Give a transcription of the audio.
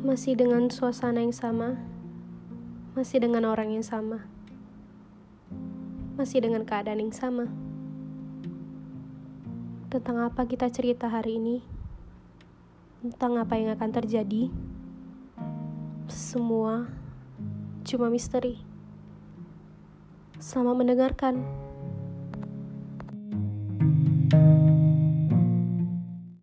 Masih dengan suasana yang sama, masih dengan orang yang sama, masih dengan keadaan yang sama. Tentang apa kita cerita hari ini? Tentang apa yang akan terjadi? Semua cuma misteri. Selamat mendengarkan.